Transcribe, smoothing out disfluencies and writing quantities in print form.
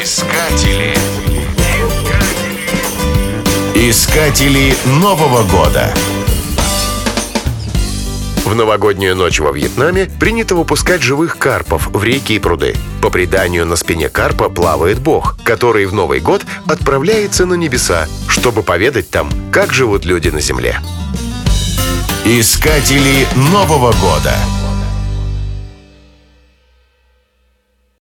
Искатели. Искатели Нового года. В новогоднюю ночь во Вьетнаме принято выпускать живых карпов в реки и пруды. По преданию, на спине карпа плавает бог, который в Новый год отправляется на небеса, чтобы поведать там, как живут люди на земле. Искатели Нового года.